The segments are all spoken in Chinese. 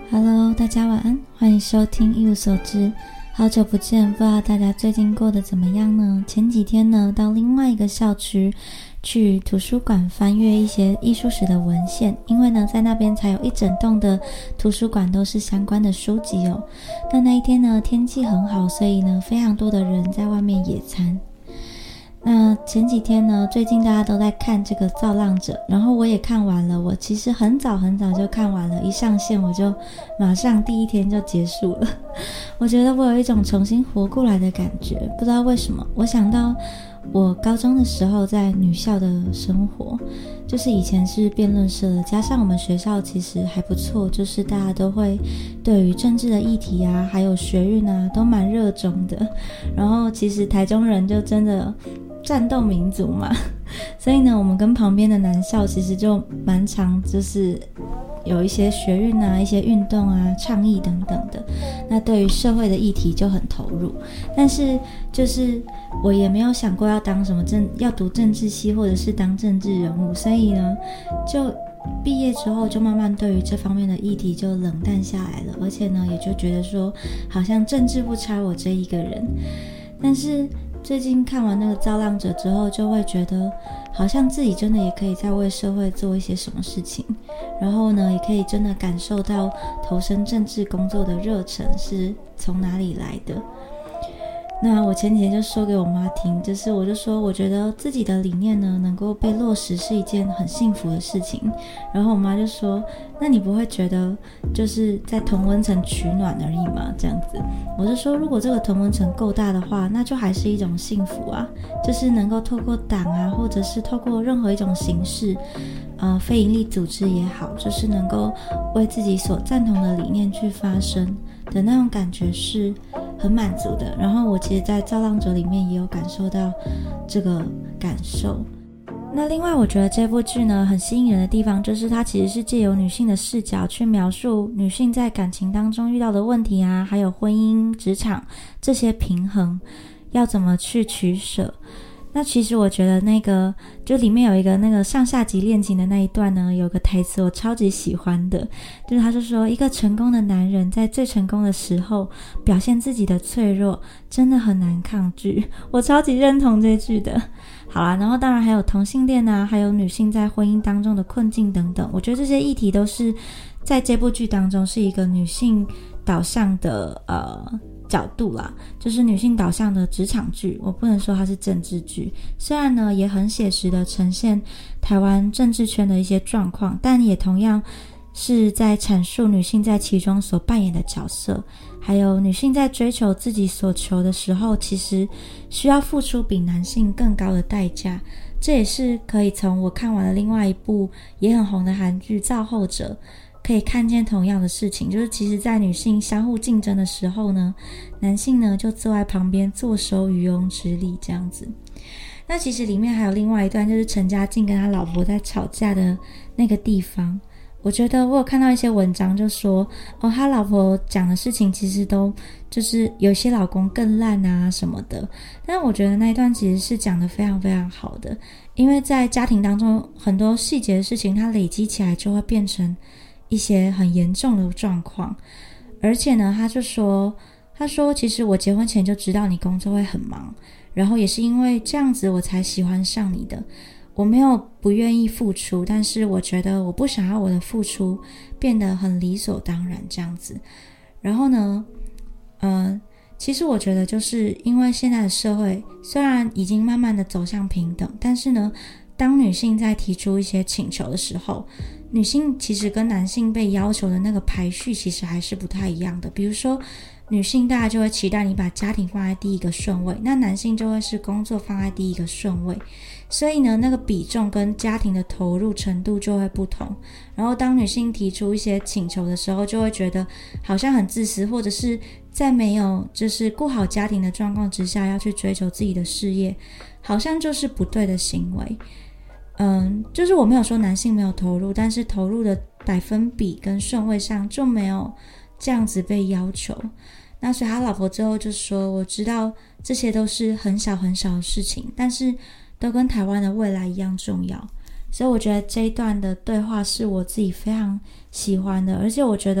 Hello， 大家晚安，欢迎收听一无所知。好久不见，不知道大家最近过得怎么样呢？前几天呢，到另外一个校区去图书馆翻阅一些艺术史的文献，因为呢，在那边才有一整栋的图书馆都是相关的书籍哦。那一天呢，天气很好，所以呢，非常多的人在外面野餐。那前几天呢，最近大家都在看这个造浪者，然后我也看完了，我其实很早就看完了，一上线我就马上第一天就结束了。我觉得我有一种重新活过来的感觉，不知道为什么，我想到我高中的时候在女校的生活，就是以前是辩论社的，加上我们学校其实还不错，就是大家都会对于政治的议题啊，还有学运啊，都蛮热衷的。然后其实台中人就真的战斗民族嘛，所以呢，我们跟旁边的男校其实就蛮常就是有一些学运啊，一些运动啊，倡议等等的，那对于社会的议题就很投入。但是就是我也没有想过要当什么要读政治系或者是当政治人物，所以呢，就毕业之后就慢慢对于这方面的议题就冷淡下来了，而且呢，也就觉得说好像政治不差我这一个人。但是最近看完那个造浪者之后，就会觉得好像自己真的也可以在为社会做一些什么事情，然后呢，也可以真的感受到投身政治工作的热忱是从哪里来的。那我前几天就说给我妈听，就是我就说我觉得自己的理念呢能够被落实是一件很幸福的事情，然后我妈就说那你不会觉得就是在同温层取暖而已吗？这样子，我就说如果这个同温层够大的话，那就还是一种幸福啊，就是能够透过党啊，或者是透过任何一种形式非营利组织也好，就是能够为自己所赞同的理念去发声的那种感觉是很满足的。然后我其实在造浪者里面也有感受到这个感受。那另外我觉得这部剧呢很吸引人的地方，就是它其实是借由女性的视角去描述女性在感情当中遇到的问题啊，还有婚姻、职场这些平衡要怎么去取舍。那其实我觉得那个就里面有一个那个上下级恋情的那一段呢，有个台词我超级喜欢的，就是他就说一个成功的男人在最成功的时候表现自己的脆弱真的很难抗拒，我超级认同这句的。好啦，然后当然还有同性恋啊，还有女性在婚姻当中的困境等等，我觉得这些议题都是在这部剧当中是一个女性导向的角度啦，就是女性导向的职场剧，我不能说它是政治剧，虽然呢也很写实的呈现台湾政治圈的一些状况，但也同样是在阐述女性在其中所扮演的角色，还有女性在追求自己所求的时候，其实需要付出比男性更高的代价。这也是可以从我看完了另外一部也很红的韩剧《造后者》可以看见同样的事情，就是其实在女性相互竞争的时候呢，男性呢就坐在旁边坐收渔翁之利这样子。那其实里面还有另外一段，就是陈嘉静跟他老婆在吵架的那个地方，我觉得我有看到一些文章就说他老婆讲的事情其实都就是有些老公更烂啊什么的，但我觉得那一段其实是讲得非常非常好的，因为在家庭当中很多细节的事情它累积起来就会变成一些很严重的状况。而且呢他说其实我结婚前就知道你工作会很忙，然后也是因为这样子我才喜欢上你的，我没有不愿意付出，但是我觉得我不想要我的付出变得很理所当然这样子。然后呢其实我觉得就是因为现在的社会虽然已经慢慢的走向平等，但是呢当女性在提出一些请求的时候，女性其实跟男性被要求的那个排序其实还是不太一样的。比如说女性大家就会期待你把家庭放在第一个顺位，那男性就会是工作放在第一个顺位，所以呢那个比重跟家庭的投入程度就会不同。然后当女性提出一些请求的时候，就会觉得好像很自私，或者是在没有就是顾好家庭的状况之下要去追求自己的事业，好像就是不对的行为。就是我没有说男性没有投入，但是投入的百分比跟顺位上就没有这样子被要求。那所以他老婆之后就说我知道这些都是很小很小的事情，但是都跟台湾的未来一样重要。所以我觉得这一段的对话是我自己非常喜欢的，而且我觉得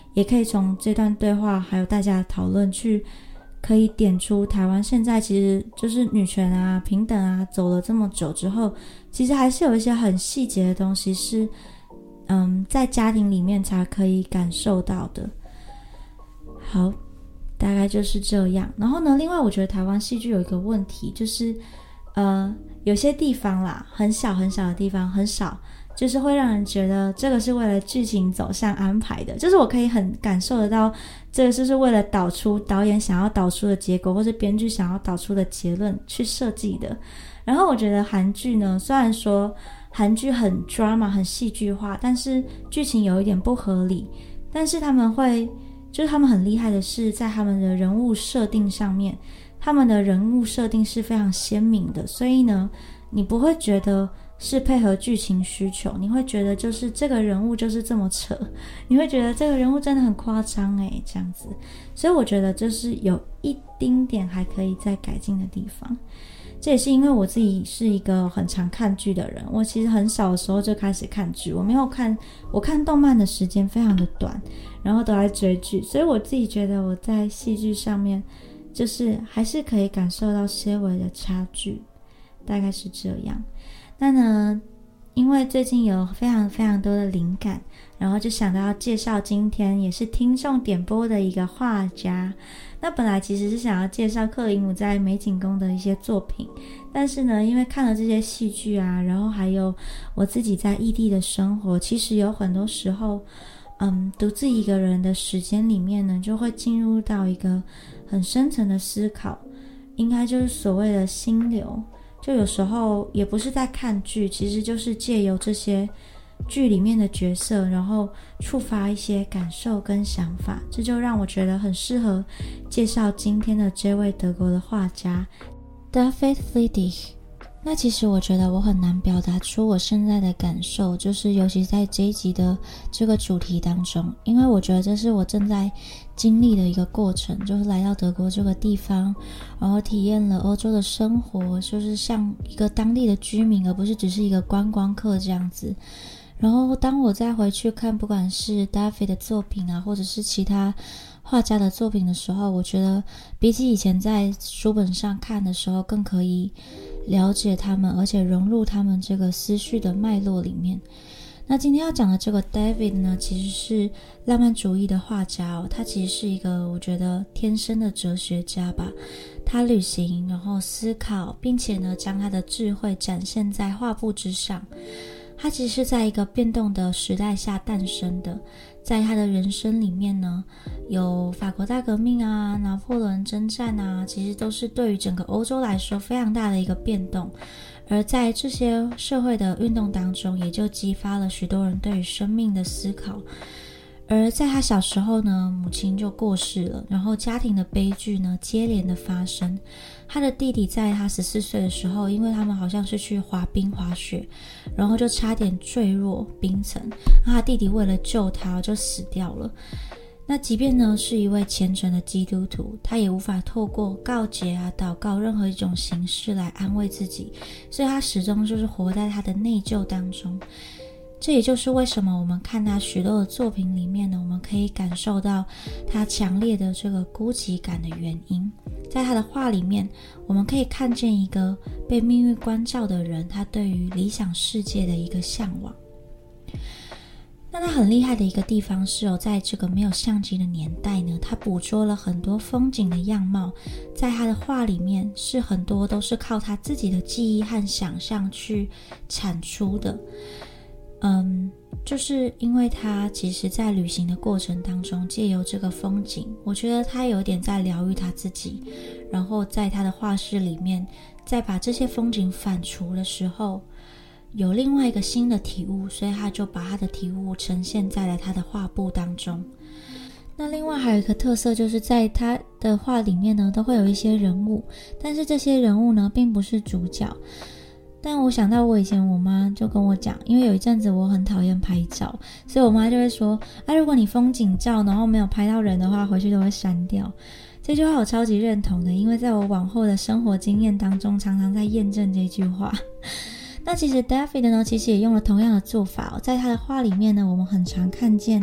也可以从这段对话还有大家的讨论去可以点出台湾现在其实就是女权啊平等啊走了这么久之后，其实还是有一些很细节的东西是在家庭里面才可以感受到的。好，大概就是这样。然后呢，另外我觉得台湾戏剧有一个问题，就是有些地方啦，很小很小的地方，很少，就是会让人觉得这个是为了剧情走向安排的，就是我可以很感受得到这个就是为了导出导演想要导出的结果，或是编剧想要导出的结论去设计的。然后我觉得韩剧呢，虽然说韩剧很 drama 很戏剧化，但是剧情有一点不合理，但是他们很厉害的是在他们的人物设定上面，他们的人物设定是非常鲜明的，所以呢你不会觉得是配合剧情需求，你会觉得就是这个人物就是这么扯，你会觉得这个人物真的很夸张这样子。所以我觉得这是有一丁点还可以再改进的地方。这也是因为我自己是一个很常看剧的人，我其实很小的时候就开始看剧，我看动漫的时间非常的短，然后都在追剧，所以我自己觉得我在戏剧上面就是还是可以感受到些微的差距，大概是这样。那呢，因为最近有非常非常多的灵感，然后就想到要介绍今天也是听众点播的一个画家。那本来其实是想要介绍克林姆在美景宫的一些作品，但是呢，因为看了这些戏剧啊，然后还有我自己在异地的生活，其实有很多时候独自一个人的时间里面呢，就会进入到一个很深层的思考，应该就是所谓的心流。就有时候也不是在看剧，其实就是借由这些剧里面的角色，然后触发一些感受跟想法，这就让我觉得很适合介绍今天的这位德国的画家 David Friedrich。 那其实我觉得我很难表达出我现在的感受，就是尤其在这一集的这个主题当中，因为我觉得这是我正在经历的一个过程，就是来到德国这个地方，然后体验了欧洲的生活，就是像一个当地的居民，而不是只是一个观光客这样子。然后当我再回去看不管是 David 的作品啊，或者是其他画家的作品的时候，我觉得比起以前在书本上看的时候更可以了解他们，而且融入他们这个思绪的脉络里面。那今天要讲的这个 David 呢，其实是浪漫主义的画家他其实是一个我觉得天生的哲学家吧。他旅行，然后思考，并且呢将他的智慧展现在画布之上。他其实是在一个变动的时代下诞生的，在他的人生里面呢，有法国大革命啊、拿破仑征战啊，其实都是对于整个欧洲来说非常大的一个变动。而在这些社会的运动当中，也就激发了许多人对于生命的思考。而在他小时候呢，母亲就过世了，然后家庭的悲剧呢接连的发生。他的弟弟在他14岁的时候，因为他们好像是去滑冰滑雪，然后就差点坠落冰层，那他弟弟为了救他就死掉了。那即便呢是一位虔诚的基督徒，他也无法透过告解啊、祷告任何一种形式来安慰自己，所以他始终就是活在他的内疚当中。这也就是为什么我们看他许多的作品里面呢，我们可以感受到他强烈的这个孤寂感的原因。在他的画里面，我们可以看见一个被命运关照的人，他对于理想世界的一个向往。那他很厉害的一个地方是在这个没有相机的年代呢，他捕捉了很多风景的样貌，在他的画里面是很多都是靠他自己的记忆和想象去产出的。就是因为他其实在旅行的过程当中，借由这个风景，我觉得他有点在疗愈他自己，然后在他的画室里面再把这些风景反刍的时候，有另外一个新的体悟，所以他就把他的体悟呈现在了他的画布当中。那另外还有一个特色，就是在他的画里面呢，都会有一些人物，但是这些人物呢并不是主角。但我想到我以前我妈就跟我讲，因为有一阵子我很讨厌拍照，所以我妈就会说如果你风景照然后没有拍到人的话，回去都会删掉。这句话我超级认同的，因为在我往后的生活经验当中常常在验证这句话。那其实 David 呢，其实也用了同样的做法在他的画里面呢，我们很常看见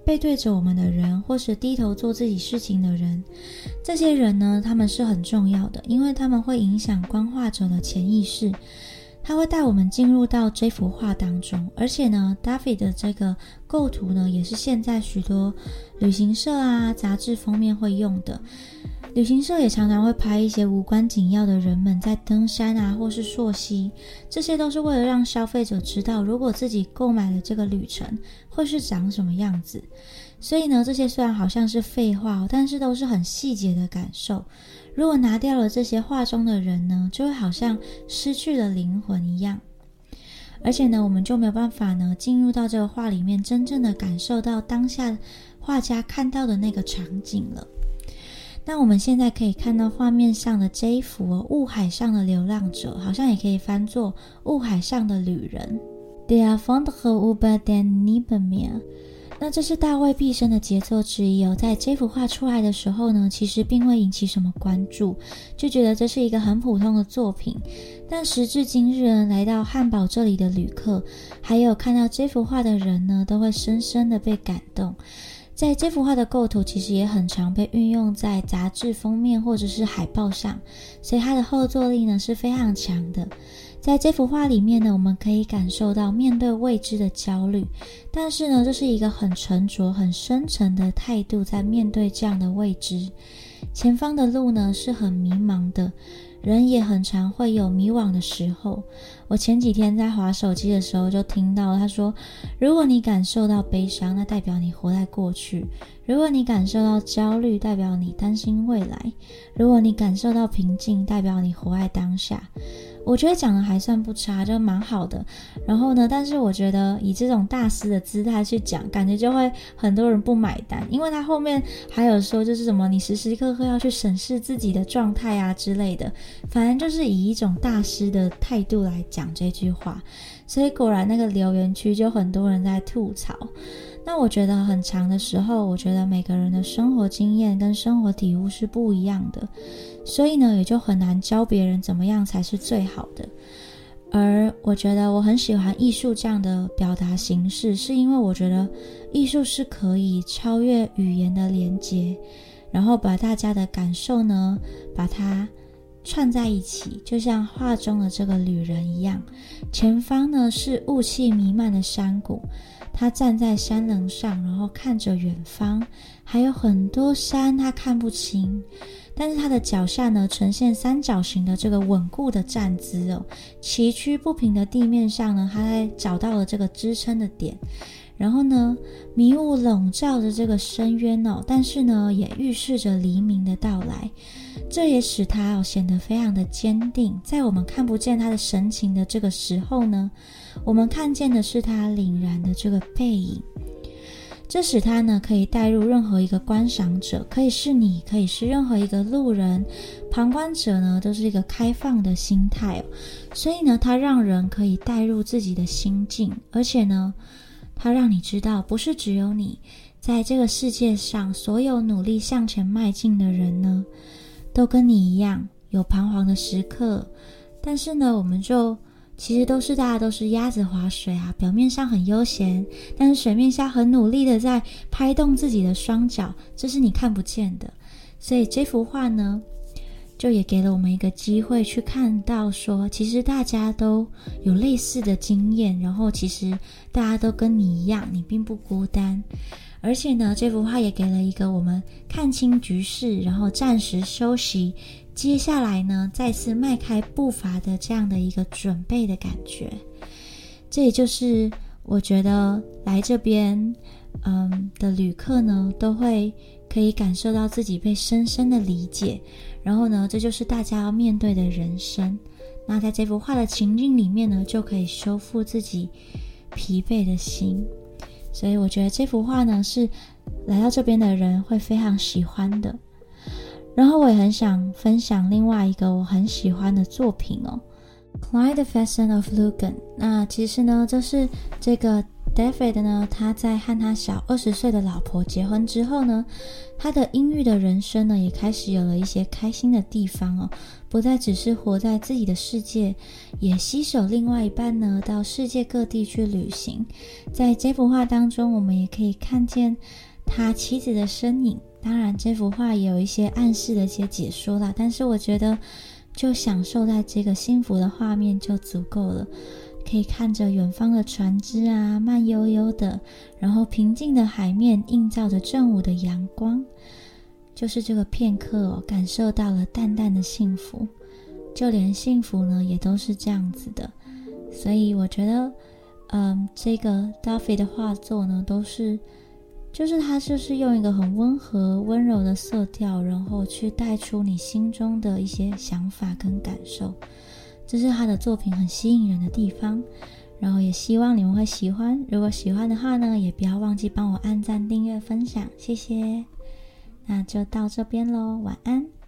背对着我们的人，或是低头做自己事情的人，这些人呢，他们是很重要的，因为他们会影响观画者的潜意识，他会带我们进入到这幅画当中。而且呢 David 的这个构图呢，也是现在许多旅行社啊、杂志封面会用的。旅行社也常常会拍一些无关紧要的人们在登山啊，或是溯溪，这些都是为了让消费者知道，如果自己购买了这个旅程会是长什么样子。所以呢，这些虽然好像是废话，但是都是很细节的感受。如果拿掉了这些画中的人呢，就会好像失去了灵魂一样。而且呢，我们就没有办法呢进入到这个画里面，真正的感受到当下画家看到的那个场景了。那我们现在可以看到画面上的这一幅雾海上的流浪者，好像也可以翻作雾海上的旅人。Der Fondre über den Nibelmeer。那这是大卫毕生的杰作之一在这幅画出来的时候呢，其实并未引起什么关注，就觉得这是一个很普通的作品。但时至今日呢，来到汉堡这里的旅客，还有看到这幅画的人呢，都会深深的被感动。在这幅画的构图其实也很常被运用在杂志封面或者是海报上，所以它的后坐力呢是非常强的。在这幅画里面呢，我们可以感受到面对未知的焦虑，但是呢，这是一个很沉着、很深沉的态度在面对这样的未知。前方的路呢是很迷茫的，人也很常会有迷惘的时候。我前几天在滑手机的时候就听到他说，如果你感受到悲伤，那代表你活在过去；如果你感受到焦虑，代表你担心未来；如果你感受到平静，代表你活在当下。我觉得讲的还算不差，就蛮好的。然后呢，但是我觉得以这种大师的姿态去讲，感觉就会很多人不买单，因为他后面还有说就是什么你时时刻刻要去审视自己的状态啊之类的，反正就是以一种大师的态度来讲这句话。所以果然那个留言区就很多人在吐槽。那我觉得很长的时候，我觉得每个人的生活经验跟生活体悟是不一样的，所以呢也就很难教别人怎么样才是最好的。而我觉得我很喜欢艺术这样的表达形式，是因为我觉得艺术是可以超越语言的连接，然后把大家的感受呢把它串在一起，就像画中的这个旅人一样。前方呢是雾气弥漫的山谷，他站在山棱上，然后看着远方，还有很多山他看不清，但是他的脚下呢呈现三角形的这个稳固的站姿崎岖不平的地面上呢，他在找到了这个支撑的点。然后呢，迷雾笼罩着这个深渊但是呢也预示着黎明的到来，这也使他显得非常的坚定。在我们看不见他的神情的这个时候呢，我们看见的是他凛然的这个背影，这使他呢可以带入任何一个观赏者，可以是你，可以是任何一个路人，旁观者呢都是一个开放的心态所以呢他让人可以带入自己的心境，而且呢他让你知道不是只有你，在这个世界上所有努力向前迈进的人呢都跟你一样有彷徨的时刻，但是呢我们就其实大家都是鸭子划水表面上很悠闲，但是水面下很努力的在拍动自己的双脚，这是你看不见的。所以这幅画呢就也给了我们一个机会去看到说，其实大家都有类似的经验，然后其实大家都跟你一样，你并不孤单。而且呢这幅画也给了一个我们看清局势，然后暂时休息，接下来呢再次迈开步伐的这样的一个准备的感觉。这也就是我觉得来这边的旅客呢都会可以感受到自己被深深的理解，然后呢这就是大家要面对的人生。那在这幅画的情境里面呢，就可以修复自己疲惫的心。所以我觉得这幅画呢是来到这边的人会非常喜欢的。然后我也很想分享另外一个我很喜欢的作品Clyde the Pheasant of Lucan。 那其实呢这是这个 David 呢，他在和他小20岁的老婆结婚之后呢，他的阴郁的人生呢，也开始有了一些开心的地方哦，不再只是活在自己的世界，也携手另外一半呢，到世界各地去旅行。在这幅画当中，我们也可以看见他妻子的身影。当然，这幅画也有一些暗示的一些解说啦，但是我觉得就享受在这个幸福的画面就足够了。可以看着远方的船只啊，慢悠悠的，然后平静的海面映照着正午的阳光，就是这个片刻哦，感受到了淡淡的幸福。就连幸福呢，也都是这样子的。所以我觉得，这个 David 的画作呢，他就是用一个很温和、温柔的色调，然后去带出你心中的一些想法跟感受。这是他的作品很吸引人的地方，然后也希望你们会喜欢。如果喜欢的话呢，也不要忘记帮我按赞、订阅、分享，谢谢。那就到这边咯，晚安。